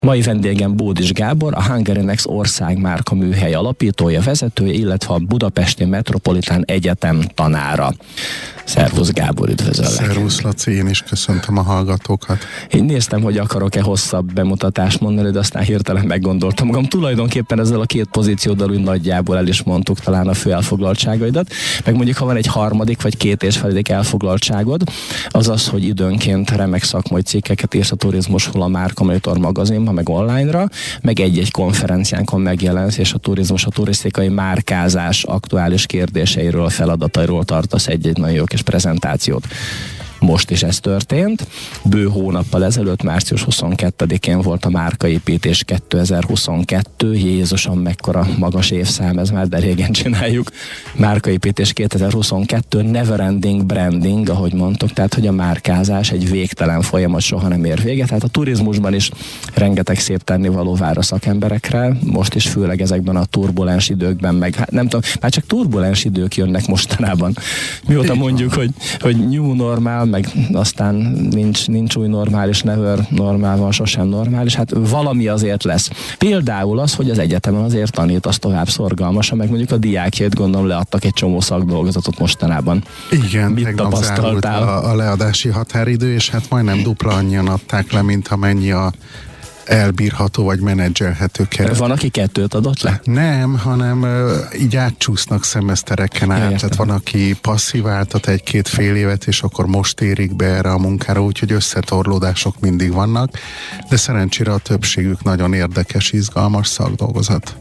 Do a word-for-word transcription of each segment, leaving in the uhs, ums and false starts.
Mai vendégem Bódis Gábor, a Hungary Next országmárka műhely alapítója, vezetője, illetve a Budapesti Metropolitán Egyetem tanára. Szervusz Gábor, üdvözöllek! Szervusz Laci, én is köszöntöm a hallgatókat. Én néztem, hogy akarok-e hosszabb bemutatást mondani, de aztán hirtelen meggondoltam magam. Tulajdonképpen ezzel a két pozícióddal úgy nagyjából el is mondtuk talán a fő elfoglaltságaidat. Meg mondjuk, ha van egy harmadik vagy két és feledik elfoglaltságod, az az, hogy időnként remek szakmai cikkeket írsz a Turizmusról a Márka Monitor magazinban, meg online-ra, meg egy-egy konferenciánkon megjelensz, és a turizmus, a turisztikai márkázás aktuális kérdéseiről, feladatairól tartasz egy-egy nagyon jó kis prezentációt. Most is ez történt. Bő hónappal ezelőtt, március huszonkettedikén volt a márkaépítés kétezer-huszonkettő. Jézusom, mekkora magas évszám, ez már de régen csináljuk. Márkaépítés kétezer-huszonkettő, neverending branding, ahogy mondtuk, tehát hogy a márkázás egy végtelen folyamat, soha nem ér véget. Tehát a turizmusban is rengeteg szép tennivaló vár a szakemberekre, most is főleg ezekben a turbulens időkben, meg hát nem tudom, már csak turbulens idők jönnek mostanában. Mióta mondjuk, hogy, hogy new normal, meg aztán nincs, nincs új normális, never normál van, sosem normális, hát valami azért lesz. Például az, hogy az egyetemen azért tanítasz tovább szorgalmasan, meg mondjuk a diákjait gondolom leadtak egy csomó szakdolgozatot mostanában. Igen, mit tegnap zárult a, a leadási határidő, és hát majdnem dupla annyian adták le, mint amennyi a elbírható vagy menedzselhető keret. Van, aki kettőt adott le? Nem, hanem uh, így átcsúsznak szemesztereken át. Tehát van, aki passziváltat egy-két fél évet, és akkor most érik be erre a munkára, úgyhogy összetorlódások mindig vannak, de szerencsére a többségük nagyon érdekes, izgalmas szakdolgozat.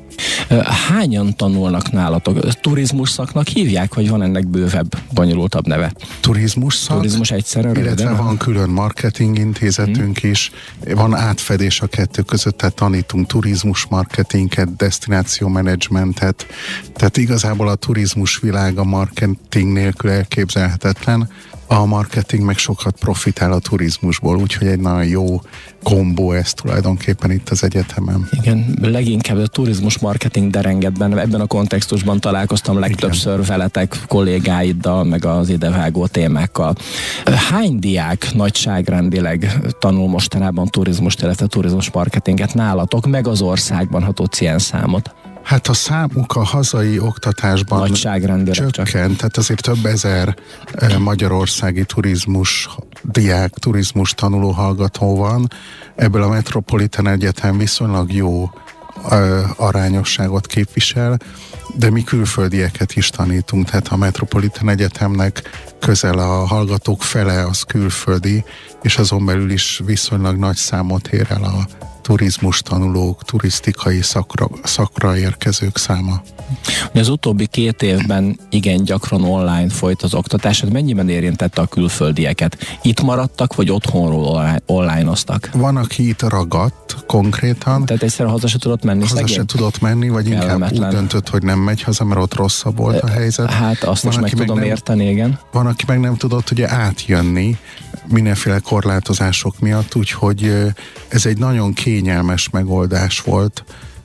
Hányan tanulnak nálatok? Turizmus szaknak hívják, vagy van ennek bővebb, bonyolultabb neve? Turizmus szak. Turizmus egyszerűen Illetve röviden, van külön marketing intézetünk hmm. is. Van átfedés a kettő között, tehát tanítunk turizmus marketinget, destináció menedzsmentet. Tehát igazából a turizmus világ a marketing nélkül elképzelhetetlen. A marketing meg sokat profitál a turizmusból, úgyhogy egy nagyon jó kombó ez tulajdonképpen itt az egyetemen. Igen, leginkább a turizmus marketing derenged benne. Ebben a kontextusban találkoztam legtöbbször Igen. veletek, kollégáiddal, meg az idevágó témákkal. Hány diák nagyságrendileg tanul mostanában turizmust, illetve turizmus marketinget nálatok, meg az országban, ha tudsz ilyen számot? Hát a számuk a hazai oktatásban csökkent, csak. Tehát azért több ezer eh, magyarországi turizmus diák, turizmus tanuló hallgató van. Ebből a Metropolitan Egyetem viszonylag jó eh, arányosságot képvisel, de mi külföldieket is tanítunk, tehát a Metropolitan Egyetemnek közel a hallgatók fele az külföldi, és azon belül is viszonylag nagy számot ér el a turizmus tanulók, turisztikai szakra, szakra érkezők száma. Az utóbbi két évben igen gyakran online folyt az oktatás, ez mennyiben érintette a külföldieket? Itt maradtak, vagy otthonról online-oztak? Van, aki itt ragadt konkrétan. Tehát egyszerűen haza se tudott menni haza szegény? se tudott menni, vagy inkább úgy döntött, hogy nem megy haza, mert ott rosszabb volt a helyzet. Hát azt van, is meg tudom meg nem, érteni, igen. Van, aki meg nem tudott ugye átjönni mindenféle korlátozások miatt, úgyhogy ez egy nagyon kényelmes megoldás volt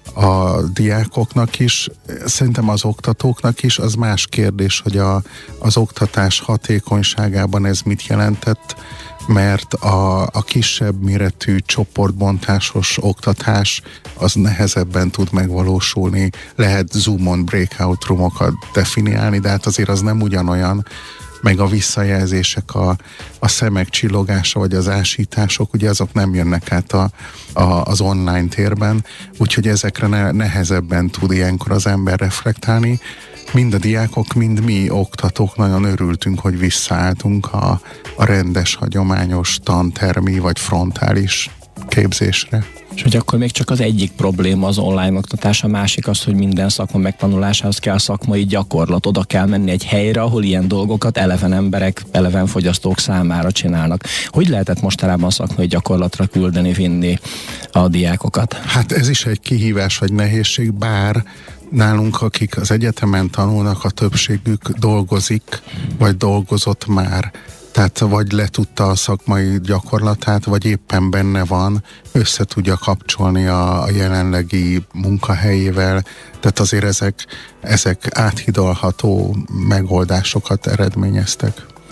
a diákoknak is, szerintem az oktatóknak is. Az más kérdés, hogy a, az oktatás hatékonyságában ez mit jelentett, mert a, a kisebb méretű csoportbontásos oktatás az nehezebben tud megvalósulni. Lehet Zoom-on breakout roomokat definiálni, de hát azért az nem ugyanolyan, meg a visszajelzések, a, a szemek csillogása, vagy az ásítások, ugye azok nem jönnek át a, a, az online térben, úgyhogy ezekre ne, nehezebben tud ilyenkor az ember reflektálni. Mind a diákok, mind mi oktatók nagyon örültünk, hogy visszaálltunk a, a rendes, hagyományos tantermi vagy frontális képzésre. És hogy akkor még csak az egyik probléma az online oktatás, a másik az, hogy minden szakma megtanulásához kell szakmai gyakorlat. Oda kell menni egy helyre, ahol ilyen dolgokat eleven emberek, eleven fogyasztók számára csinálnak. Hogy lehetett mostanában szakmai gyakorlatra küldeni, vinni a diákokat? Hát ez is egy kihívás vagy nehézség, bár nálunk, akik az egyetemen tanulnak, a többségük dolgozik, vagy dolgozott már. Tehát vagy letudta a szakmai gyakorlatát, vagy éppen benne van, össze tudja kapcsolni a, a jelenlegi munkahelyével. Tehát azért ezek, ezek áthidalható megoldásokat eredményeztek.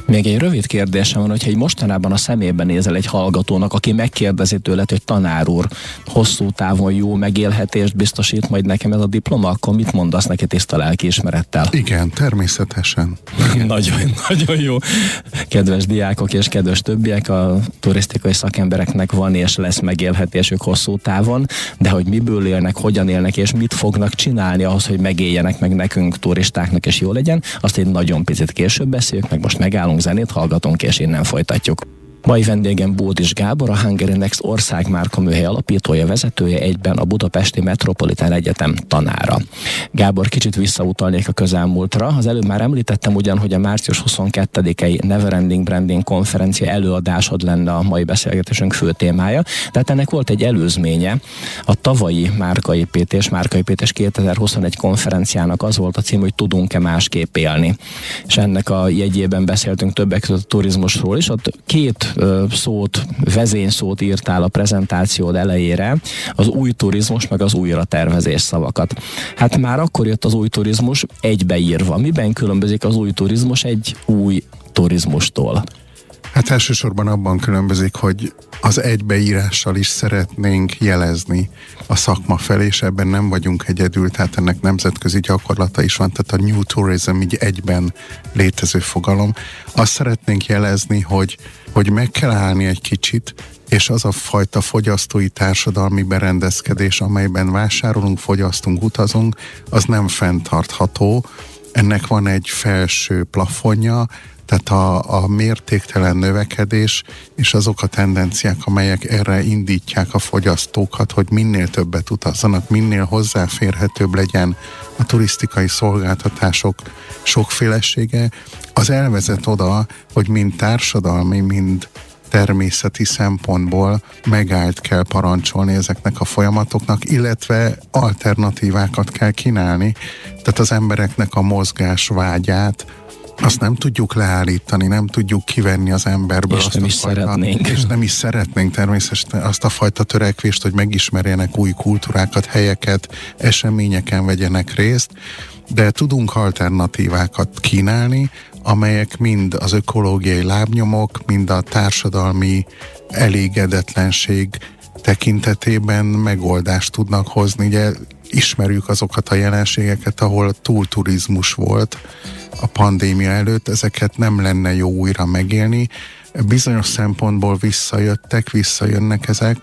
Még egy rövid kérdésem van, hogyha egy mostanában a szemébe nézel egy hallgatónak, aki megkérdezi tőled, hogy tanár úr, hosszú távon jó megélhetést biztosít majd nekem ez a diploma, akkor mit mondasz neki tiszta lelkiismerettel? Igen, természetesen. Nagyon, nagyon jó. Kedves diákok és kedves többiek, a turisztikai szakembereknek van és lesz megélhetésük hosszú távon, de hogy miből élnek, hogyan élnek és mit fognak csinálni ahhoz, hogy megéljenek meg nekünk turistáknak és jó legyen, azt egy nagyon picit később beszéljük, meg most megállunk, zenét hallgatunk, és innen folytatjuk. Mai vendégem Bódis Gábor, a Hungary Next országmárka műhely alapítója, vezetője, egyben a Budapesti Metropolitán Egyetem tanára. Gábor, kicsit visszautalnék a közelmúltra. Az előbb már említettem ugyan, hogy a március huszonkettedikei Neverending Branding konferencia előadásod lenne a mai beszélgetésünk fő témája, de hát ennek volt egy előzménye. A tavalyi márkaépítés, márkaépítés kétezer-huszonegy konferenciának az volt a cím, hogy tudunk-e másképp élni. És ennek a jegyében beszéltünk többek között a turizmusról is. Ott két szót, vezényszót írtál a prezentációd elejére, az új turizmus, meg az újra tervezés szavakat. Hát már akkor jött az új turizmus egybeírva. Miben különbözik az új turizmus egy új turizmustól? Hát elsősorban abban különbözik, hogy az egybeírással is szeretnénk jelezni a szakma felé, és ebben nem vagyunk egyedül, tehát ennek nemzetközi gyakorlata is van, tehát a New Tourism így egyben létező fogalom. Azt szeretnénk jelezni, hogy, hogy meg kell állni egy kicsit, és az a fajta fogyasztói társadalmi berendezkedés, amelyben vásárolunk, fogyasztunk, utazunk, az nem fenntartható. Ennek van egy felső plafonja, tehát a, a mértéktelen növekedés és azok a tendenciák, amelyek erre indítják a fogyasztókat, hogy minél többet utazzanak, minél hozzáférhetőbb legyen a turisztikai szolgáltatások sokfélesége, az elvezet oda, hogy mind társadalmi, mind természeti szempontból megállt kell parancsolni ezeknek a folyamatoknak, illetve alternatívákat kell kínálni. Tehát az embereknek a mozgás vágyát, azt nem tudjuk leállítani, nem tudjuk kivenni az emberből. És azt nem a is fajta, szeretnénk. És nem is szeretnénk természetesen azt a fajta törekvést, hogy megismerjenek új kultúrákat, helyeket, eseményeken vegyenek részt, de tudunk alternatívákat kínálni, amelyek mind az ökológiai lábnyomok, mind a társadalmi elégedetlenség tekintetében megoldást tudnak hozni. Ugye ismerjük azokat a jelenségeket, ahol túlturizmus volt a pandémia előtt, ezeket nem lenne jó újra megélni. Bizonyos szempontból visszajöttek, visszajönnek ezek,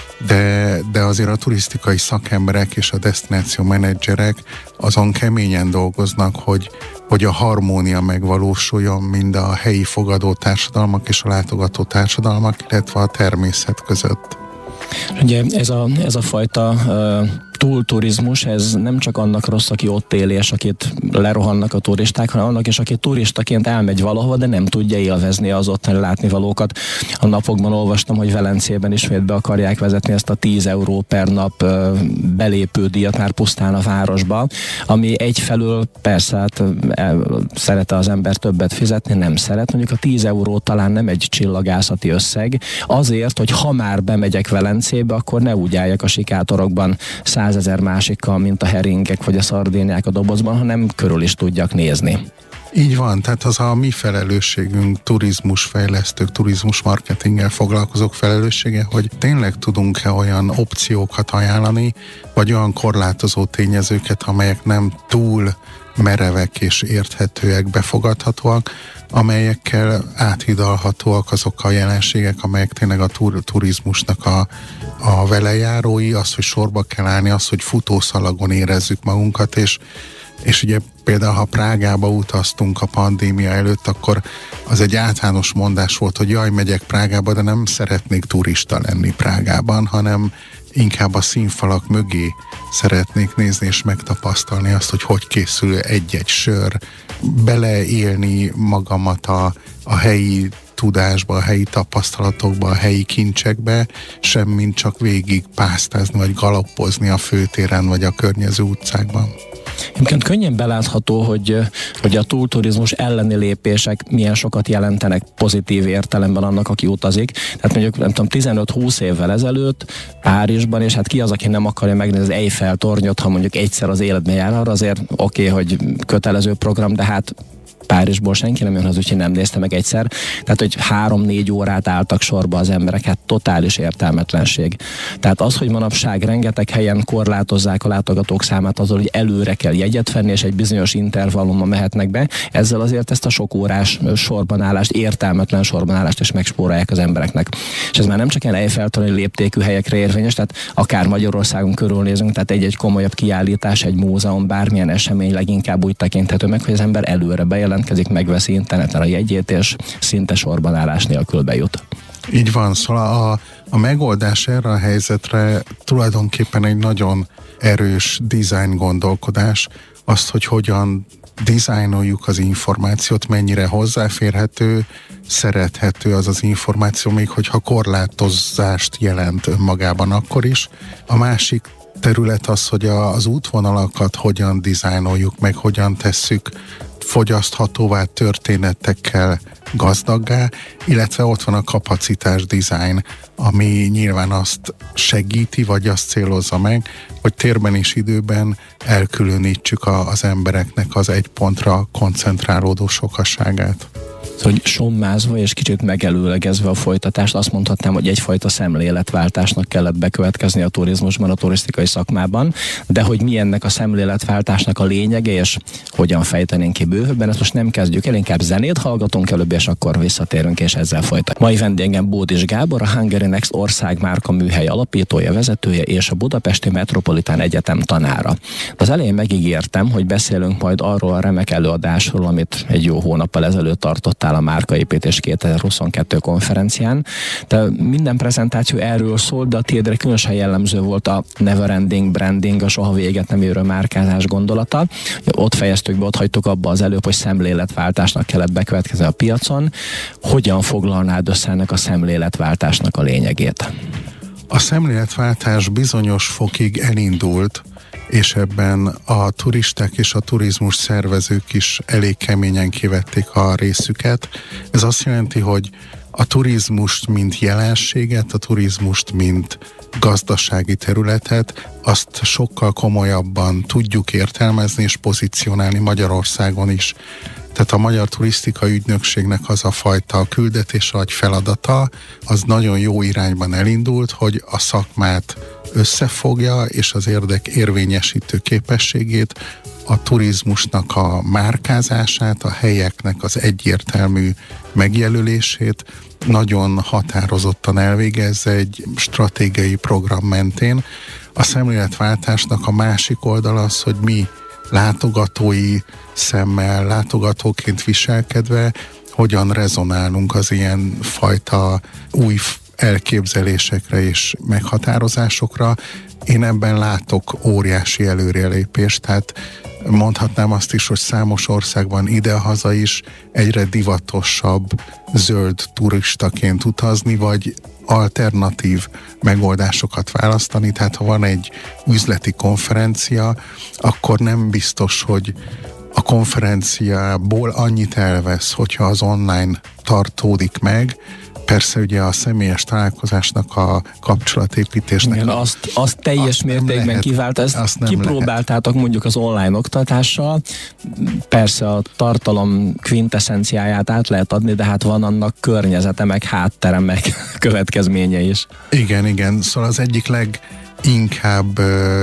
de, de azért a turisztikai szakemberek és a desztináció menedzserek azon keményen dolgoznak, hogy, hogy a harmónia megvalósuljon mind a helyi fogadó társadalmak és a látogató társadalmak, illetve a természet között. Ugye ez a, ez a fajta uh, túlturizmus, ez nem csak annak rossz, aki ott él, és akit lerohannak a turisták, hanem annak is, aki turistaként elmegy valahova, de nem tudja élvezni az ottani látnivalókat. A napokban olvastam, hogy Velencében ismét be akarják vezetni ezt a tíz euró per nap uh, belépődíjat már pusztán a városba, ami egyfelől persze hát el, szeret az ember többet fizetni, nem szeret. Mondjuk a tíz euró talán nem egy csillagászati összeg, azért, hogy ha már bemegyek Velencébe, akkor ne úgy álljak a sikátorokban százezer másikkal, mint a heringek vagy a szardéniák a dobozban, hanem körül is tudjak nézni. Így van, tehát az a mi felelősségünk, turizmusfejlesztők, turizmusmarketinggel foglalkozók felelőssége, hogy tényleg tudunk-e olyan opciókat ajánlani, vagy olyan korlátozó tényezőket, amelyek nem túl merevek és érthetőek, befogadhatóak, amelyekkel áthidalhatóak azok a jelenségek, amelyek tényleg a tur- turizmusnak a, a velejárói, az, hogy sorba kell állni, az, hogy futószalagon érezzük magunkat, és És ugye például, ha Prágába utaztunk a pandémia előtt, akkor az egy általános mondás volt, hogy jaj, megyek Prágába, de nem szeretnék turista lenni Prágában, hanem inkább a színfalak mögé szeretnék nézni és megtapasztalni azt, hogy hogy készül egy-egy sör, beleélni magamat a, a helyi tudásba, a helyi tapasztalatokba, a helyi kincsekbe, semmint csak végig pásztázni vagy galoppozni a főtéren vagy a környező utcákban. Egyébként könnyen belátható, hogy, hogy a túlturizmus elleni lépések milyen sokat jelentenek pozitív értelemben annak, aki utazik. Tehát mondjuk, nem tudom, tizenöt-húsz évvel ezelőtt Párizsban, és hát ki az, aki nem akarja megnézni az Eiffel tornyot, ha mondjuk egyszer az életben jár arra, azért oké, okay, hogy kötelező program, de hát Párizsból senki nem jön haza, úgyhogy nem nézte meg egyszer. Tehát, hogy három-négy órát álltak sorba az emberek, hát totális értelmetlenség. Tehát az, hogy manapság rengeteg helyen korlátozzák a látogatók számát azzal, hogy előre kell jegyet venni, és egy bizonyos intervallumban mehetnek be, ezzel azért ezt a sok órás sorbanállást, értelmetlen sorbanállást is megspórolják az embereknek. És ez már nem csak ilyen Eiffel-torony léptékű helyekre érvényes, tehát akár Magyarországon körülnézünk, tehát egy-egy komolyabb kiállítás, egy múzeum, bármilyen esemény leginkább úgy tekinthető meg, hogy az ember előre bejelentkezik, megveszi interneten a jegyét, és szinte sorbanállás nélkül bejut. Így van, szóval a, a megoldás erre a helyzetre tulajdonképpen egy nagyon erős design gondolkodás, azt, hogy hogyan dizájnoljuk az információt, mennyire hozzáférhető, szerethető az az információ, még hogyha korlátozást jelent önmagában akkor is. A másik terület az, hogy a, az útvonalakat hogyan dizájnoljuk, meg hogyan tesszük fogyaszthatóvá, történetekkel gazdaggá, illetve ott van a kapacitás design, ami nyilván azt segíti, vagy azt célozza meg, hogy térben és időben elkülönítsük a, az embereknek az egy pontra koncentrálódó sokaságát. Hogy sommázva és kicsit megelőlegezve a folytatást, azt mondhatnám, hogy egyfajta szemléletváltásnak kellett bekövetkezni a turizmusban, a turisztikai szakmában, de hogy mi ennek a szemléletváltásnak a lényege, és hogyan fejtenénk ki bővebben, ezt most nem kezdjük el, inkább zenét hallgatunk előbb, és akkor visszatérünk, és ezzel folytatjuk. Mai vendégem Bódis Gábor, a Hungary Next országmárka műhely alapítója, vezetője és a Budapesti Metropolitán Egyetem tanára. De az elején megígértem, hogy beszélünk majd arról a remek előadásról, amit egy jó hónappal ezelőtt tartottál a Márkaépítés kétezer-huszonkettő konferencián. De minden prezentáció erről szólt, de a tiédre különösen jellemző volt a never ending branding, a soha véget nem érő márkázás gondolata. Ott fejeztük be, ott hagytuk abba az előbb, hogy szemléletváltásnak kellett bekövetkezni a piacon. Hogyan foglalnád össze ennek a szemléletváltásnak a lényegét? A szemléletváltás bizonyos fokig elindult, és ebben a turisták és a turizmus szervezők is elég keményen kivették a részüket. Ez azt jelenti, hogy a turizmust, mint jelenséget, a turizmust, mint gazdasági területet, azt sokkal komolyabban tudjuk értelmezni és pozícionálni Magyarországon is. Tehát a Magyar Turisztikai Ügynökségnek az a fajta küldetés vagy feladata, az nagyon jó irányban elindult, hogy a szakmát összefogja, és az érdek érvényesítő képességét, a turizmusnak a márkázását, a helyeknek az egyértelmű megjelölését nagyon határozottan elvégezze egy stratégiai program mentén. A szemléletváltásnak a másik oldal az, hogy mi látogatói szemmel, látogatóként viselkedve, hogyan rezonálunk az ilyen fajta új elképzelésekre és meghatározásokra. Én ebben látok óriási előrelépést, tehát mondhatnám azt is, hogy számos országban idehaza is egyre divatosabb zöld turistaként utazni, vagy alternatív megoldásokat választani, tehát ha van egy üzleti konferencia, akkor nem biztos, hogy a konferenciából annyit elvesz, hogyha az online tartódik meg. Persze ugye a személyes találkozásnak, a kapcsolatépítésnek... Igen, azt, azt teljes azt mértékben lehet, kivált, ezt kipróbáltátok lehet. Mondjuk az online oktatással, persze a tartalom kvintessenciáját át lehet adni, de hát van annak környezete, meg háttere, meg következménye is. Igen, igen, szóval az egyik leg inkább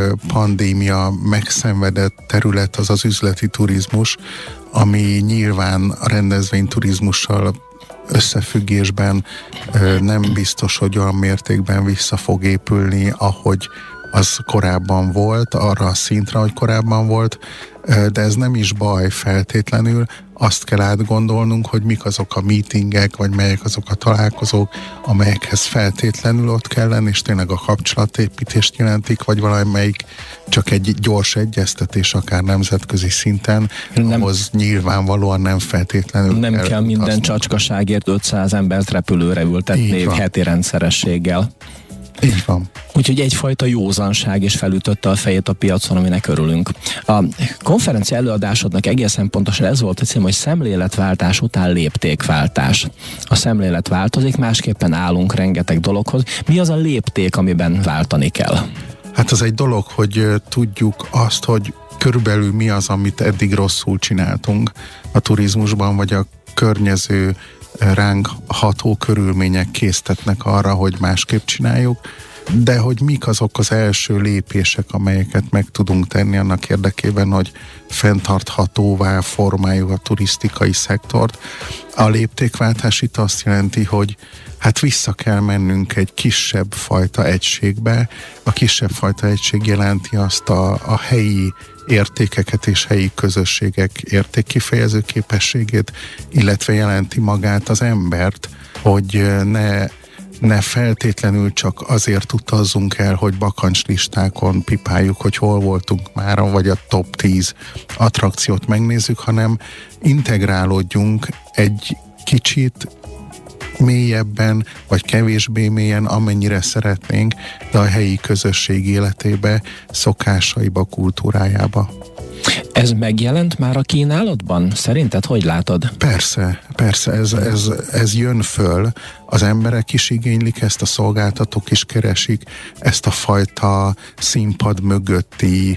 pandémia megszenvedett terület az az üzleti turizmus, ami nyilván a rendezvényturizmussal összefüggésben nem biztos, hogy olyan mértékben vissza fog épülni, ahogy az korábban volt, arra a szintre, hogy korábban volt, de ez nem is baj feltétlenül. Azt kell átgondolnunk, hogy mik azok a meetingek, vagy melyek azok a találkozók, amelyekhez feltétlenül ott kell lenni, és tényleg a kapcsolatépítést jelentik, vagy valamelyik csak egy gyors egyeztetés, akár nemzetközi szinten, nem, ahhoz nyilvánvalóan nem feltétlenül nem kell, kell minden utazni. Csacskaságért ötszáz embert repülőre ültetni heti rendszerességgel. Így van. Úgyhogy egyfajta józanság is felütötte a fejét a piacon, aminek örülünk. A konferencia előadásodnak egészen pontosan ez volt a cím, hogy szemléletváltás után léptékváltás. A szemlélet változik, másképpen állunk rengeteg dologhoz. Mi az a lépték, amiben váltani kell? Hát az egy dolog, hogy tudjuk azt, hogy körülbelül mi az, amit eddig rosszul csináltunk a turizmusban, vagy a környező ránk ható körülmények késztetnek arra, hogy másképp csináljuk, de hogy mik azok az első lépések, amelyeket meg tudunk tenni annak érdekében, hogy fenntarthatóvá formáljuk a turisztikai szektort. A léptékváltás itt azt jelenti, hogy hát vissza kell mennünk egy kisebb fajta egységbe. A kisebb fajta egység jelenti azt a, a helyi értékeket és helyi közösségek értékkifejező képességét, illetve jelenti magát az embert, hogy ne ne feltétlenül csak azért utazzunk el, hogy bakancslistákon pipáljuk, hogy hol voltunk már, vagy a top tíz attrakciót megnézzük, hanem integrálódjunk egy kicsit mélyebben, vagy kevésbé mélyen, amennyire szeretnénk, de a helyi közösség életébe, szokásaiba, kultúrájába. Ez megjelent már a kínálatban? Szerinted hogy látod? Persze, persze, ez, ez, ez jön föl. Az emberek is igénylik ezt, a szolgáltatók is keresik ezt a fajta színpad mögötti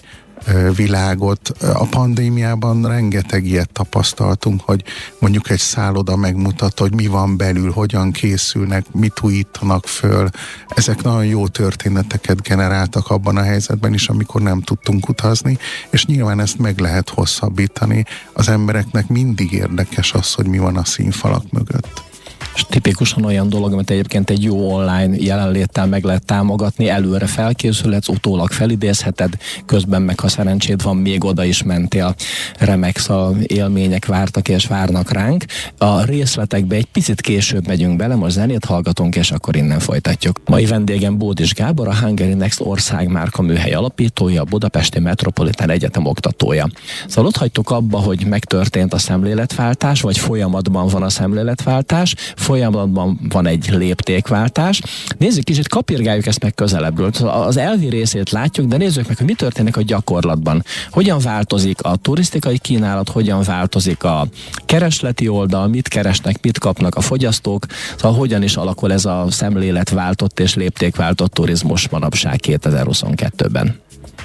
világot. A pandémiában rengeteg ilyet tapasztaltunk, hogy mondjuk egy szálloda megmutat, hogy mi van belül, hogyan készülnek, mit újítanak föl. Ezek nagyon jó történeteket generáltak abban a helyzetben is, amikor nem tudtunk utazni, és nyilván ezt meg lehet hosszabbítani. Az embereknek mindig érdekes az, hogy mi van a színfalak mögött. És tipikusan olyan dolog, amit egyébként egy jó online jelenléttel meg lehet támogatni, előre felkészülhetsz, utólag felidézheted, közben meg, ha szerencséd van, még oda is mentél. Remek élmények vártak és várnak ránk. A részletekbe egy picit később megyünk bele, most zenét hallgatunk, és akkor innen folytatjuk. Mai vendégem Bódis Gábor, a Hungary Next országmárka műhely alapítója, a Budapesti Metropolitán Egyetem oktatója. Szóval ott hagytuk abba, hogy megtörtént a szemléletváltás, vagy folyamatban van a szemléletváltás, folyamatban van egy léptékváltás. Nézzük kicsit, kapirgáljuk ezt meg közelebbről. Az elvi részét látjuk, de nézzük meg, hogy mi történik a gyakorlatban. Hogyan változik a turisztikai kínálat, hogyan változik a keresleti oldal, mit keresnek, mit kapnak a fogyasztók, szóval hogyan is alakul ez a szemléletváltott és léptékváltott turizmus manapság kétezer-huszonkettőben.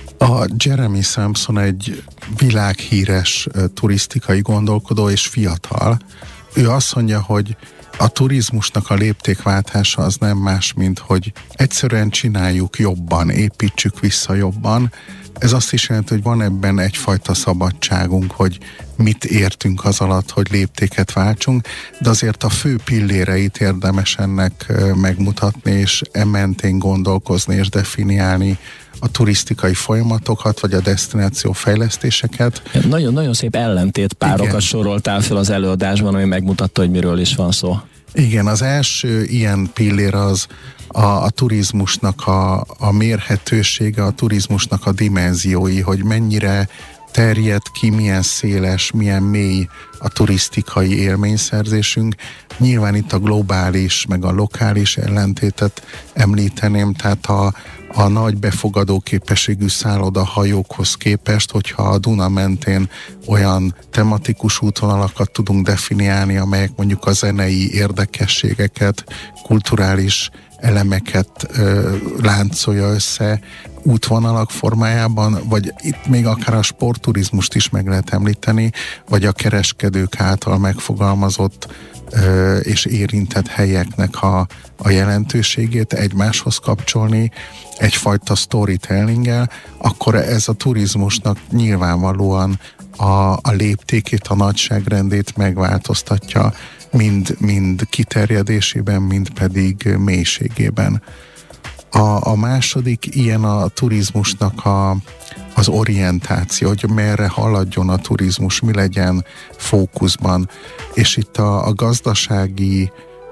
A Jeremy Sampson egy világhíres uh, turisztikai gondolkodó és fiatal. Ő azt mondja, hogy a turizmusnak a léptékváltása az nem más, mint hogy egyszerűen csináljuk jobban, építsük vissza jobban. Ez azt is jelenti, hogy van ebben egyfajta szabadságunk, hogy mit értünk az alatt, hogy léptéket váltsunk, de azért a fő pilléreit érdemes ennek megmutatni, és ementén gondolkozni és definiálni a turisztikai folyamatokat, vagy a desztináció fejlesztéseket. Nagyon-nagyon szép ellentétpárokat Igen. soroltál fel az előadásban, ami megmutatta, hogy miről is van szó. Igen, az első ilyen pillér az a, a turizmusnak a, a mérhetősége, a turizmusnak a dimenziói, hogy mennyire terjed ki, milyen széles, milyen mély a turisztikai élményszerzésünk. Nyilván itt a globális, meg a lokális ellentétet említeném, tehát a, a nagy befogadó képességű szállodahajókhoz képest, hogyha a Duna mentén olyan tematikus útvonalakat tudunk definiálni, amelyek mondjuk a zenei érdekességeket, kulturális elemeket ö, láncolja össze útvonalak formájában, vagy itt még akár a sportturizmust is meg lehet említeni, vagy a kereskedők által megfogalmazott ö, és érintett helyeknek a, a jelentőségét egymáshoz kapcsolni egyfajta storytellinggel, akkor ez a turizmusnak nyilvánvalóan a, a léptékét, a nagyságrendét megváltoztatja, mind, mind kiterjedésében, mind pedig mélységében. A, a második ilyen a turizmusnak a, az orientáció, hogy merre haladjon a turizmus, mi legyen fókuszban. És itt a, a gazdasági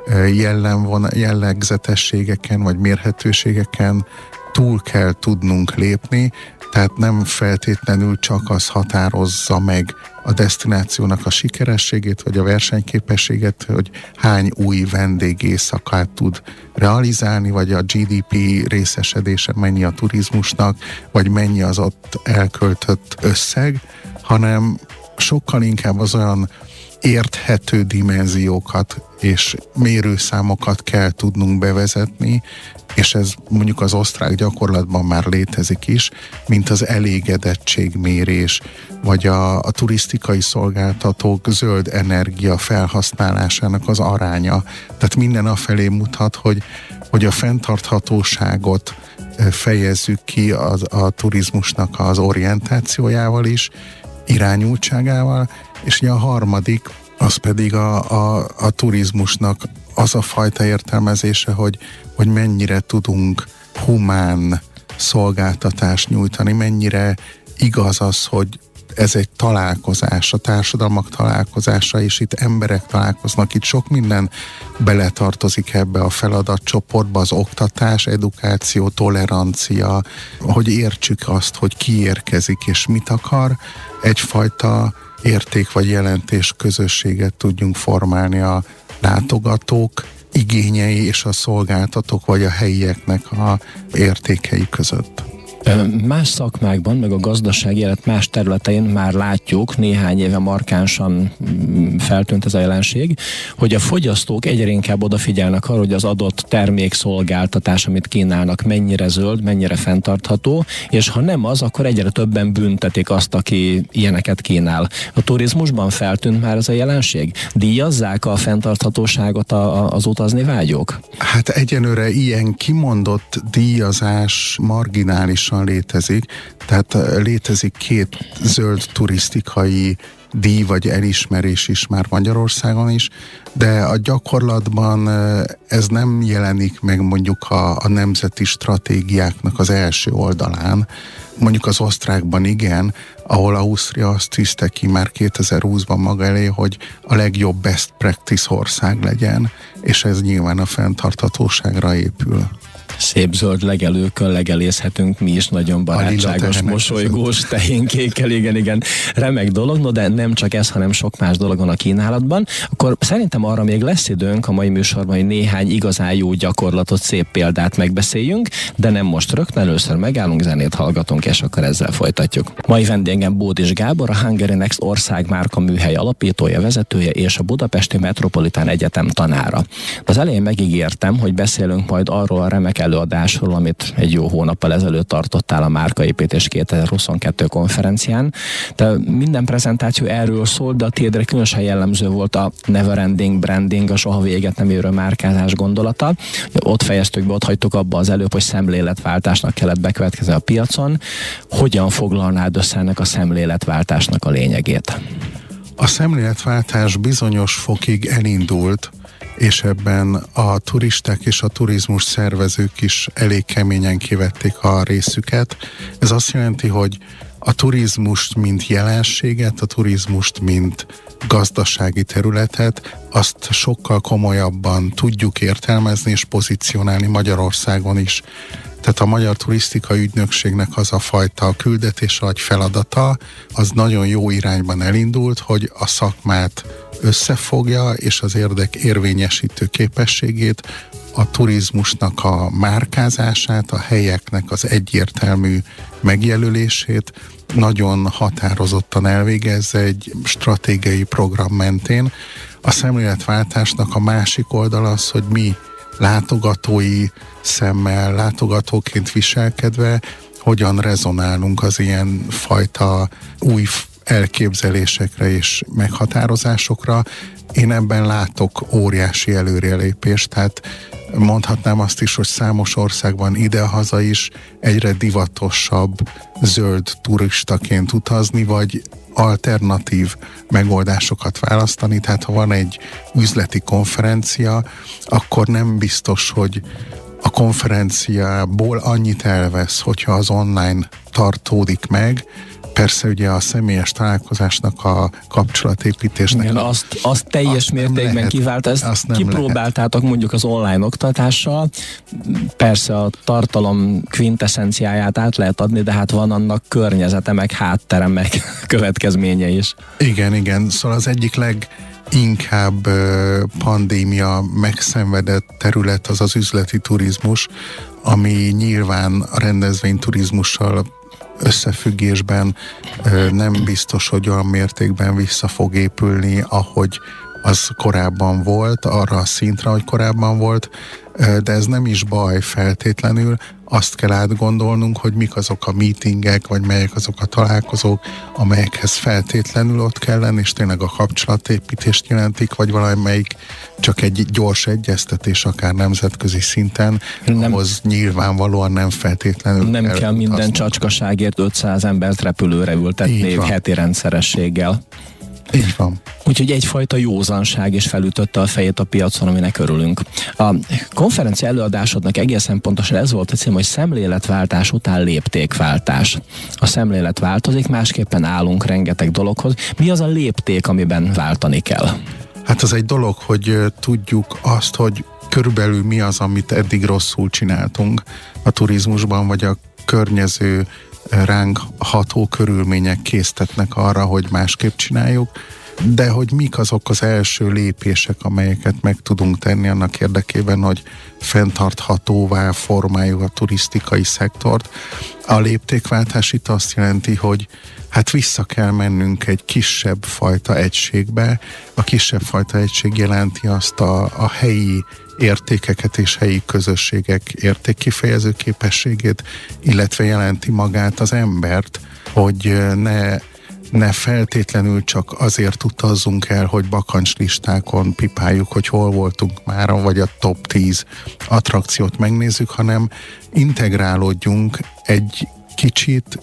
jellem, jellegzetességeken vagy mérhetőségeken túl kell tudnunk lépni, tehát nem feltétlenül csak az határozza meg a desztinációnak a sikerességét, vagy a versenyképességet, hogy hány új vendégészakát tud realizálni, vagy a gé dé pé részesedése mennyi a turizmusnak, vagy mennyi az ott elköltött összeg, hanem sokkal inkább az olyan érthető dimenziókat és mérőszámokat kell tudnunk bevezetni, és ez mondjuk az osztrák gyakorlatban már létezik is, mint az elégedettségmérés, vagy a, a turisztikai szolgáltatók zöld energia felhasználásának az aránya. Tehát minden afelé mutat, hogy, hogy a fenntarthatóságot fejezzük ki az, a turizmusnak az orientációjával is, irányultságával, és ugye a harmadik, az pedig a, a, a turizmusnak az a fajta értelmezése, hogy, hogy mennyire tudunk humán szolgáltatást nyújtani, mennyire igaz az, hogy ez egy találkozás, a társadalmak találkozása, és itt emberek találkoznak, itt sok minden beletartozik ebbe a feladatcsoportba, az oktatás, edukáció, tolerancia, hogy értsük azt, hogy ki érkezik és mit akar, egyfajta érték vagy jelentés közösséget tudjunk formálni a látogatók igényei és a szolgáltatók vagy a helyieknek a értékei között. Más szakmákban, meg a gazdasági élet más területein már látjuk, néhány éve markánsan feltűnt ez a jelenség, hogy a fogyasztók egyre inkább odafigyelnek arra, hogy az adott termék, szolgáltatás, amit kínálnak, mennyire zöld, mennyire fenntartható, és ha nem az, akkor egyre többen büntetik azt, aki ilyeneket kínál. A turizmusban feltűnt már ez a jelenség? Díjazzák a fenntarthatóságot a, a, az utazni vágyók? Hát egyenőre ilyen kimondott díjazás marginálisan létezik, tehát létezik két zöld turisztikai díj vagy elismerés is már Magyarországon is, de a gyakorlatban ez nem jelenik meg mondjuk a, a nemzeti stratégiáknak az első oldalán. Mondjuk az osztrákban igen, ahol Ausztria azt tűzte ki már kétezer-húszban maga elé, hogy a legjobb best practice ország legyen, és ez nyilván a fenntarthatóságra épül. Szép zöld legelőkön legelészhetünk mi is, nagyon barátságos, mosolygós tehénkékkel, igen, igen, remek dolog, no de nem csak ez, hanem sok más dolog van a kínálatban. Akkor szerintem arra még lesz időnk a mai műsorban, hogy néhány igazán jó gyakorlatot, szép példát megbeszéljünk, de nem most rögtön, először megállunk, zenét hallgatunk, és akkor ezzel folytatjuk. Mai vendégem Bódis Gábor, a Hungary Next országmárka műhely alapítója, vezetője és a Budapesti Metropolitán Egyetem tanára. Az elején megígértem, hogy beszélünk majd arról a remek előadásról, amit egy jó hónappal ezelőtt tartottál a Márkaépítés kétezer-huszonkettő konferencián. De minden prezentáció erről szól, de a tiédre különösen jellemző volt a never ending branding, a soha véget nem érő márkázás gondolata. Ott fejeztük be, ott hagytuk abba az előbb, hogy szemléletváltásnak kellett bekövetkezni a piacon. Hogyan foglalnád össze ennek a szemléletváltásnak a lényegét? A szemléletváltás bizonyos fokig elindult, és ebben a turisták és a turizmus szervezők is elég keményen kivették a részüket. Ez azt jelenti, hogy a turizmust, mint jelenséget, a turizmust, mint gazdasági területet, azt sokkal komolyabban tudjuk értelmezni és pozícionálni Magyarországon is. Tehát a Magyar Turisztikai Ügynökségnek az a fajta küldetés vagy feladata, az nagyon jó irányban elindult, hogy a szakmát összefogja, és az érdek érvényesítő képességét, a turizmusnak a márkázását, a helyeknek az egyértelmű megjelölését nagyon határozottan elvégezze egy stratégiai program mentén. A szemléletváltásnak a másik oldal az, hogy mi látogatói szemmel, látogatóként viselkedve hogyan rezonálunk az ilyen fajta új elképzelésekre és meghatározásokra. Én ebben látok óriási előrelépést, tehát mondhatnám azt is, hogy számos országban idehaza is egyre divatosabb zöld turistaként utazni, vagy alternatív megoldásokat választani, tehát ha van egy üzleti konferencia, akkor nem biztos, hogy a konferenciából annyit elvesz, hogyha az online tartódik meg. Persze ugye a személyes találkozásnak a kapcsolatépítésnek. Igen, azt, azt teljes azt mértékben kivált, ezt kipróbáltátok lehet. Mondjuk az online oktatással. Persze a tartalom kvintessenciáját át lehet adni, de hát van annak környezete, meg háttere, meg következménye is. Igen, igen. Szóval az egyik leginkább pandémia megszenvedett terület az az üzleti turizmus, ami nyilván a rendezvényturizmussal összefüggésben nem biztos, hogy olyan mértékben vissza fog épülni, ahogy az korábban volt, arra a szintre, hogy korábban volt, de ez nem is baj feltétlenül. Azt kell átgondolnunk, hogy mik azok a meetingek, vagy melyek azok a találkozók, amelyekhez feltétlenül ott kell lenni, és tényleg a kapcsolatépítést jelentik, vagy valamelyik csak egy gyors egyeztetés, akár nemzetközi szinten, nem, ahhoz nyilvánvalóan nem feltétlenül nem kell, kell minden utazni. Csacskaságért ötszáz embert repülőre ültetni heti rendszerességgel. Így van. Úgyhogy egyfajta józanság is felütötte a fejét a piacon, aminek örülünk. A konferencia előadásodnak egészen pontosan ez volt a cím, hogy szemléletváltás után léptékváltás. A szemlélet változik, másképpen állunk rengeteg dologhoz. Mi az a lépték, amiben váltani kell? Hát az egy dolog, hogy tudjuk azt, hogy körülbelül mi az, amit eddig rosszul csináltunk a turizmusban, vagy a környező ránk ható körülmények késztetnek arra, hogy másképp csináljuk, de hogy mik azok az első lépések, amelyeket meg tudunk tenni annak érdekében, hogy fenntarthatóvá formáljuk a turisztikai szektort. A léptékváltás itt azt jelenti, hogy hát vissza kell mennünk egy kisebb fajta egységbe. A kisebb fajta egység jelenti azt a, a helyi értékeket és helyi közösségek értékkifejező képességét, illetve jelenti magát az embert, hogy ne, ne feltétlenül csak azért utazzunk el, hogy bakancslistákon pipáljuk, hogy hol voltunk már, vagy a top tíz attrakciót megnézzük, hanem integrálódjunk egy kicsit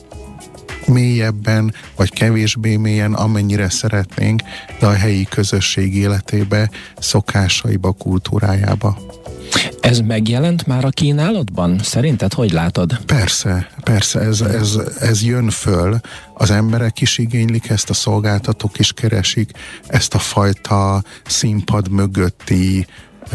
mélyebben, vagy kevésbé mélyen, amennyire szeretnénk, de a helyi közösség életébe, szokásaiba, kultúrájába. Ez megjelent már a kínálatban? Szerinted hogy látod? Persze, persze, ez, ez, ez jön föl. Az emberek is igénylik ezt, a szolgáltatók is keresik ezt a fajta színpad mögötti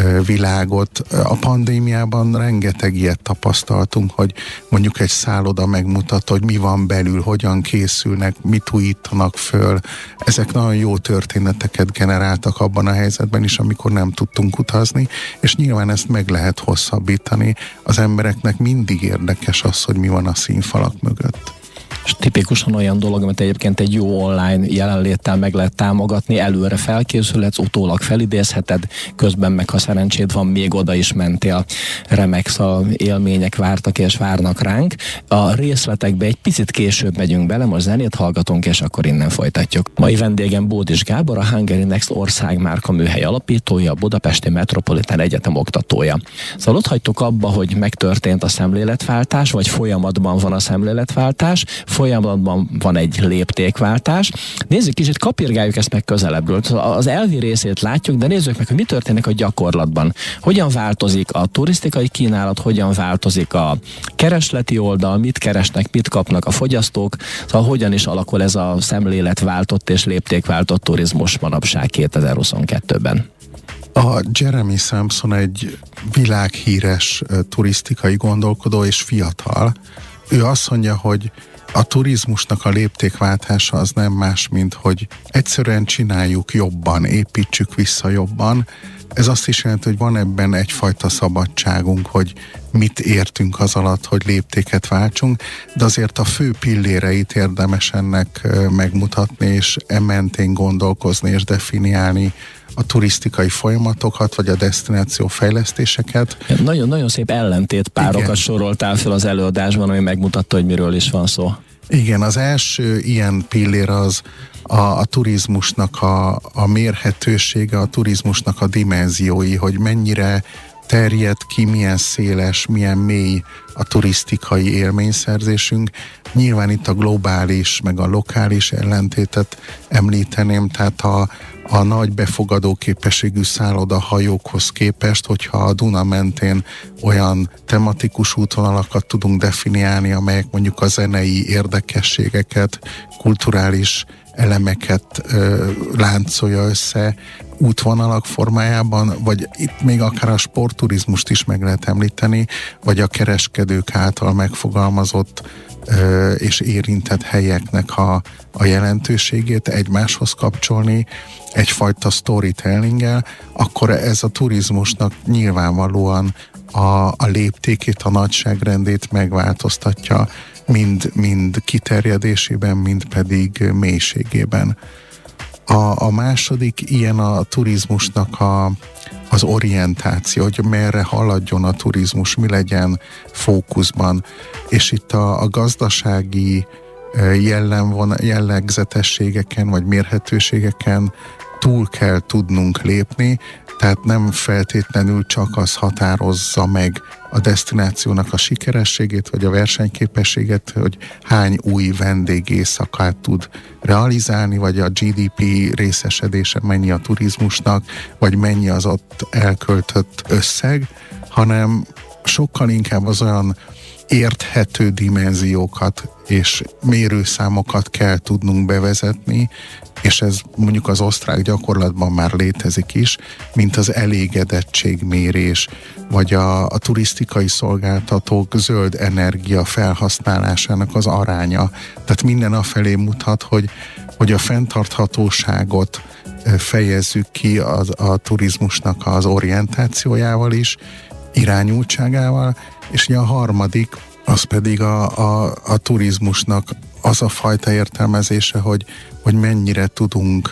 világot. A pandémiában rengeteg ilyet tapasztaltunk, hogy mondjuk egy szálloda megmutat, hogy mi van belül, hogyan készülnek, mit újítanak föl. Ezek nagyon jó történeteket generáltak abban a helyzetben is, amikor nem tudtunk utazni, és nyilván ezt meg lehet hosszabbítani. Az embereknek mindig érdekes az, hogy mi van a színfalak mögött. És tipikusan olyan dolog, amit egyébként egy jó online jelenléttel meg lehet támogatni, előre felkészülhetsz, utólag felidézheted, közben meg, ha szerencséd van, még oda is mentél. Remek élmények vártak és várnak ránk. A részletekbe egy picit később megyünk bele, most zenét hallgatunk, és akkor innen folytatjuk. Mai vendégem Bódis Gábor, a Hungary Next országmárka műhely alapítója, a Budapesti Metropolitán Egyetem oktatója. Szóval ott hagytuk abba, hogy megtörtént a szemléletváltás, vagy folyamatban van a szemléletváltás, folyamatban van egy léptékváltás. Nézzük kicsit, kapirgáljuk ezt meg közelebbről. Az elvi részét látjuk, de nézzük meg, hogy mi történik a gyakorlatban. Hogyan változik a turisztikai kínálat, hogyan változik a keresleti oldal, mit keresnek, mit kapnak a fogyasztók, szóval hogyan is alakul ez a szemléletváltott és léptékváltott turizmus manapság kétezer-huszonkettőben. A Jeremy Sampson egy világhíres turisztikai gondolkodó és fiatal. Ő azt mondja, hogy a turizmusnak a léptékváltása az nem más, mint hogy egyszerűen csináljuk jobban, építsük vissza jobban. Ez azt is jelenti, hogy van ebben egyfajta szabadságunk, hogy mit értünk az alatt, hogy léptéket váltsunk, de azért a fő pilléreit érdemes ennek megmutatni, és ementén gondolkozni és definiálni a turisztikai folyamatokat, vagy a desztináció fejlesztéseket. Nagyon-nagyon szép ellentétpárokat Igen. soroltál fel az előadásban, ami megmutatta, hogy miről is van szó. Igen, az első ilyen pillér az a, a turizmusnak a, a mérhetősége, a turizmusnak a dimenziói, hogy mennyire terjed ki, milyen széles, milyen mély a turisztikai élményszerzésünk. Nyilván itt a globális, meg a lokális ellentétet említeném, tehát a, a nagy befogadó képességű szállodahajókhoz képest, hogyha a Duna mentén olyan tematikus útvonalakat tudunk definiálni, amelyek mondjuk a zenei érdekességeket, kulturális elemeket ö, láncolja össze útvonalak formájában, vagy itt még akár a sportturizmust is meg lehet említeni, vagy a kereskedők által megfogalmazott ö, és érintett helyeknek a, a jelentőségét egymáshoz kapcsolni egyfajta storytellinggel, akkor ez a turizmusnak nyilvánvalóan a, a léptékét, a nagyságrendét megváltoztatja. mind, mind kiterjedésében, mind pedig mélységében. A, a második ilyen a turizmusnak a, az orientáció, hogy merre haladjon a turizmus, mi legyen fókuszban. És itt a, a gazdasági jellemvon, jellegzetességeken vagy mérhetőségeken túl kell tudnunk lépni, tehát nem feltétlenül csak az határozza meg a desztinációnak a sikerességét, vagy a versenyképességet, hogy hány új vendégészakát tud realizálni, vagy a gé dé pé részesedése mennyi a turizmusnak, vagy mennyi az ott elköltött összeg, hanem sokkal inkább az olyan érthető dimenziókat és mérőszámokat kell tudnunk bevezetni, és ez mondjuk az osztrák gyakorlatban már létezik is, mint az elégedettségmérés, vagy a, a turisztikai szolgáltatók zöld energia felhasználásának az aránya. Tehát minden afelé mutat, hogy, hogy a fenntarthatóságot fejezzük ki a, a turizmusnak az orientációjával is, irányultságával, és a harmadik, az pedig a, a, a turizmusnak az a fajta értelmezése, hogy, hogy mennyire tudunk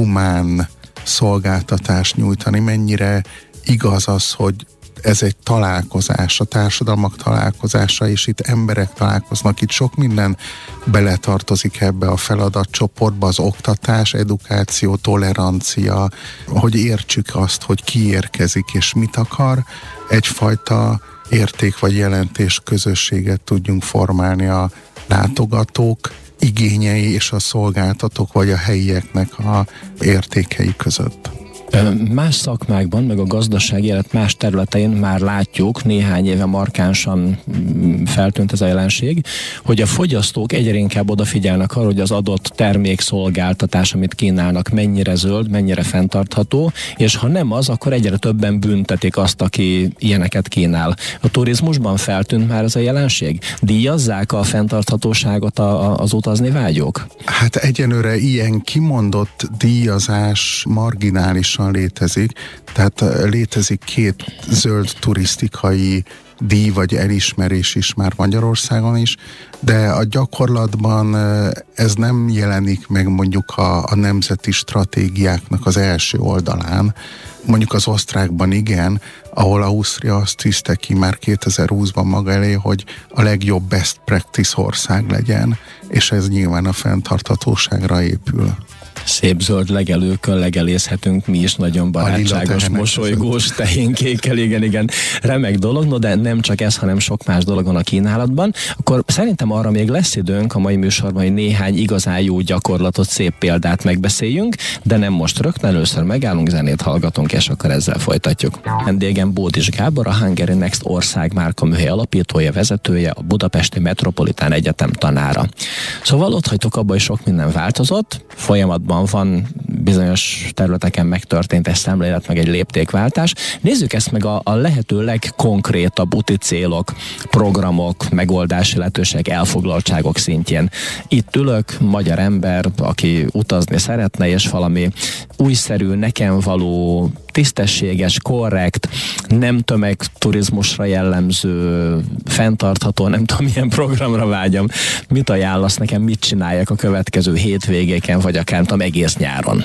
humán szolgáltatást nyújtani, mennyire igaz az, hogy ez egy találkozás, a társadalmak találkozása, és itt emberek találkoznak, itt sok minden beletartozik ebbe a feladatcsoportba, az oktatás, edukáció, tolerancia, hogy értsük azt, hogy ki érkezik és mit akar, egyfajta érték vagy jelentés közösséget tudjunk formálni a látogatók igényei és a szolgáltatók vagy a helyieknek a értékei között. Más szakmákban, meg a gazdasági élet más területein már látjuk, néhány éve markánsan feltűnt ez a jelenség, hogy a fogyasztók egyre inkább odafigyelnek arra, hogy az adott termékszolgáltatás, amit kínálnak, mennyire zöld, mennyire fenntartható, és ha nem az, akkor egyre többen büntetik azt, aki ilyeneket kínál. A turizmusban feltűnt már ez a jelenség? Díjazzák a fenntarthatóságot a, a, az utazni vágyók? Hát egyenőre ilyen kimondott díjazás marginális létezik, tehát létezik két zöld turisztikai díj vagy elismerés is már Magyarországon is, de a gyakorlatban ez nem jelenik meg mondjuk a, a nemzeti stratégiáknak az első oldalán. Mondjuk az osztrákban igen, ahol Ausztria azt tűzte ki már kétezer-húszban maga elé, hogy a legjobb best practice ország legyen, és ez nyilván a fenntarthatóságra épül. Szép zöld legelőkön legelészhetünk mi is, nagyon barátságos, mosolygós, tehénkékkel, igen, igen, remek dolog, no de nem csak ez, hanem sok más dolog van a kínálatban. Akkor szerintem arra még lesz időnk a mai műsorban, hogy néhány igazán jó gyakorlatot, szép példát megbeszéljünk, de nem most rögtön, először megállunk, zenét hallgatunk, és akkor ezzel folytatjuk. Vendégem Bódis Gábor, a Hungary Next országmárka műhely alapítója, vezetője, a Budapesti Metropolitán Egyetem tanára. Szóval ott hagytok abba, hogy sok minden változott, folyamatban van bizonyos területeken megtörtént egy szemlélet, meg egy léptékváltás. Nézzük ezt meg a, a lehető legkonkrétabb úti célok, programok, megoldási lehetőségek, elfoglaltságok szintjén. Itt ülök, magyar ember, aki utazni szeretne, és valami újszerű, nekem való, tisztességes, korrekt, nem tömegturizmusra jellemző, fenntartható, nem tudom, milyen programra vágyam. Mit ajánlasz nekem, mit csináljak a következő hétvégéken, vagy akár tudom, egész nyáron?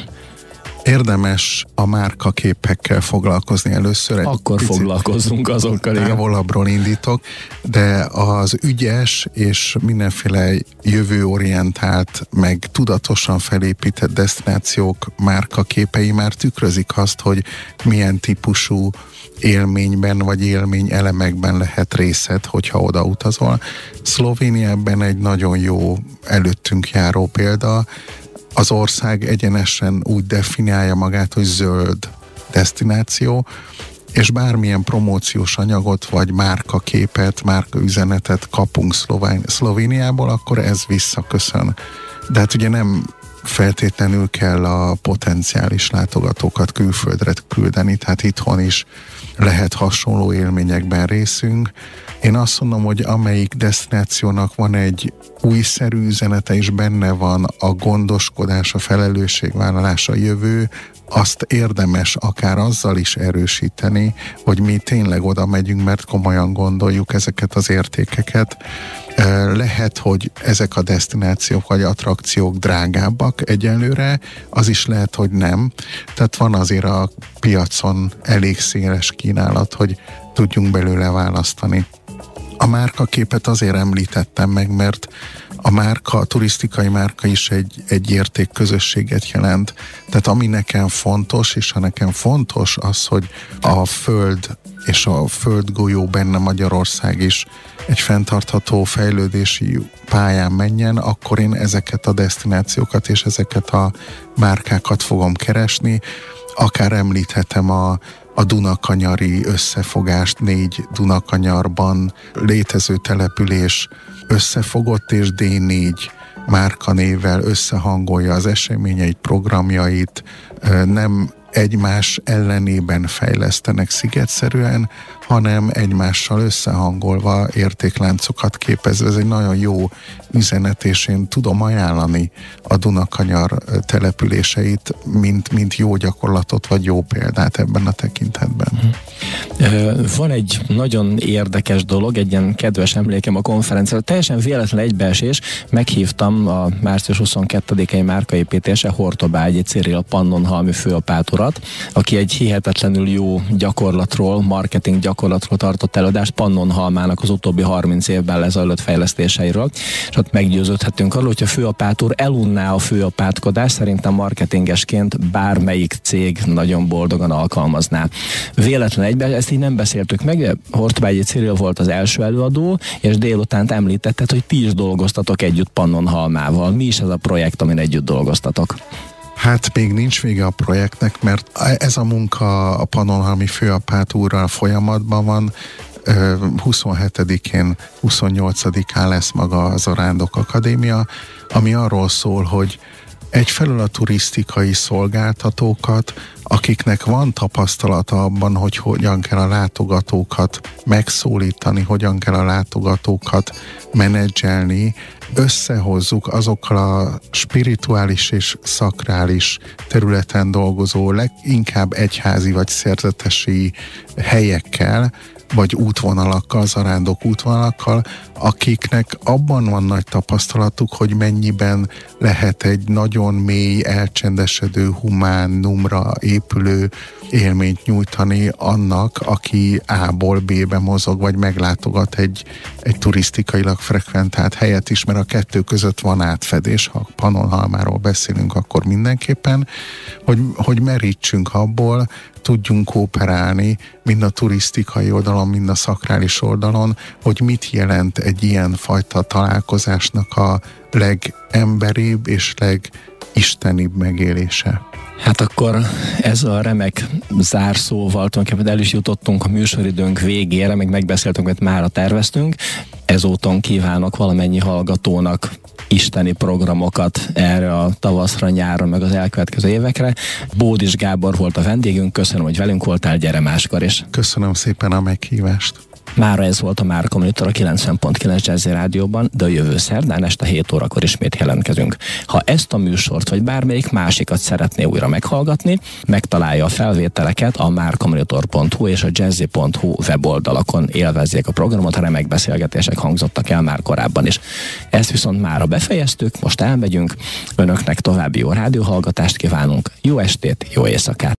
Érdemes a márkaképekkel foglalkozni először. Egy Akkor foglalkozzunk azokkal. Távolabbról indítok, de az ügyes és mindenféle jövőorientált, meg tudatosan felépített desztinációk márkaképei már tükrözik azt, hogy milyen típusú élményben vagy élmény elemekben lehet részed, hogyha oda utazol. Szlovéniában egy nagyon jó előttünk járó példa. Az ország egyenesen úgy definiálja magát, hogy zöld desztináció, és bármilyen promóciós anyagot, vagy márkaképet, márkaüzenetet kapunk Szlovén- Szlovéniából, akkor ez visszaköszön. De hát ugye nem feltétlenül kell a potenciális látogatókat külföldre küldeni, tehát itthon is lehet hasonló élményekben részünk. Én azt mondom, hogy amelyik desztinációnak van egy újszerű üzenete, és benne van a gondoskodás, a felelősségvállalás, a jövő, azt érdemes akár azzal is erősíteni, hogy mi tényleg oda megyünk, mert komolyan gondoljuk ezeket az értékeket. Lehet, hogy ezek a desztinációk vagy attrakciók drágábbak egyenlőre, az is lehet, hogy nem. Tehát van azért a piacon elég széles kínálat, hogy tudjunk belőle választani. A márkaképet azért említettem meg, mert a márka, a turisztikai márka is egy, egy értékközösséget jelent. Tehát ami nekem fontos, és ha nekem fontos az, hogy a föld és a földgolyó, benne Magyarország is egy fenntartható fejlődési pályán menjen, akkor én ezeket a desztinációkat és ezeket a márkákat fogom keresni. Akár említhetem a a Dunakanyari összefogást, négy Dunakanyarban létező település összefogott, és dé négy márkanévvel összehangolja az eseményeit, programjait, nem egymás ellenében fejlesztenek szigetszerűen, hanem egymással összehangolva értékláncokat képezve. Ez egy nagyon jó üzenet, és én tudom ajánlani a Dunakanyar településeit, mint, mint jó gyakorlatot, vagy jó példát ebben a tekintetben. Van egy nagyon érdekes dolog, egy ilyen kedves emlékem a konferenciára, teljesen véletlen egybeesés, meghívtam a március huszonkettedikei márkaépítése Hortobágyi Cyril Pannonhalmi főapát urat, aki egy hihetetlenül jó gyakorlatról, marketing gyakorlatról tartott előadást Pannonhalmának az utóbbi harminc évben lezajlott fejlesztéseiről, és ott meggyőződhetünk arról, hogy a főapát úr elunná a főapátkodást, szerintem marketingesként bármelyik cég nagyon boldogan alkalmazná. Véletlen egyben, ezt így nem beszéltük meg, Hortobágyi Cyril volt az első előadó, és délután említetted, hogy ti is dolgoztatok együtt Pannonhalmával. Mi is ez a projekt, amin együtt dolgoztatok? Hát még nincs vége a projektnek, mert ez a munka a Pannonhalmi főapát úrral folyamatban van. huszonhetedikén, huszonnyolcadikán lesz maga az Zarándok Akadémia, ami arról szól, hogy egyfelől a turisztikai szolgáltatókat, akiknek van tapasztalata abban, hogy hogyan kell a látogatókat megszólítani, hogyan kell a látogatókat menedzselni, összehozzuk azokkal a spirituális és szakrális területen dolgozó, leginkább egyházi vagy szerzetesi helyekkel, vagy útvonalakkal, zarándok útvonalakkal, akiknek abban van nagy tapasztalatuk, hogy mennyiben lehet egy nagyon mély, elcsendesedő, humán, numra épülő élményt nyújtani annak, aki A-ból B-be mozog, vagy meglátogat egy, egy turisztikailag frekventált helyet is, mert a kettő között van átfedés, ha Pannonhalmáról beszélünk, akkor mindenképpen, hogy, hogy merítsünk abból, tudjunk kooperálni, mind a turisztikai oldalon, mind a szakrális oldalon, hogy mit jelent egy ilyen fajta találkozásnak a legemberibb és legistenibb megélése. Hát akkor ez a remek zárszóval tulajdonképpen el is jutottunk a műsoridőnk végére, meg megbeszéltünk, mert mára terveztünk. Ezúton kívánok valamennyi hallgatónak isteni programokat erre a tavaszra, nyárra, meg az elkövetkező évekre. Bódis Gábor volt a vendégünk, köszönöm, hogy velünk voltál, gyere máskor is. Köszönöm szépen a meghívást. Mára ez volt a Márka Monitor a kilencven pont kilenc Jazzy Rádióban, de a jövő szerdán este hét órakor ismét jelentkezünk. Ha ezt a műsort vagy bármelyik másikat szeretné újra meghallgatni, megtalálja a felvételeket a márkamonitor pont hu és a jazzy pont hu weboldalakon. Élvezzék a programot, a remek beszélgetések hangzottak el már korábban is. Ezt viszont mára befejeztük, most elmegyünk. Önöknek további jó rádióhallgatást kívánunk, jó estét, jó éjszakát!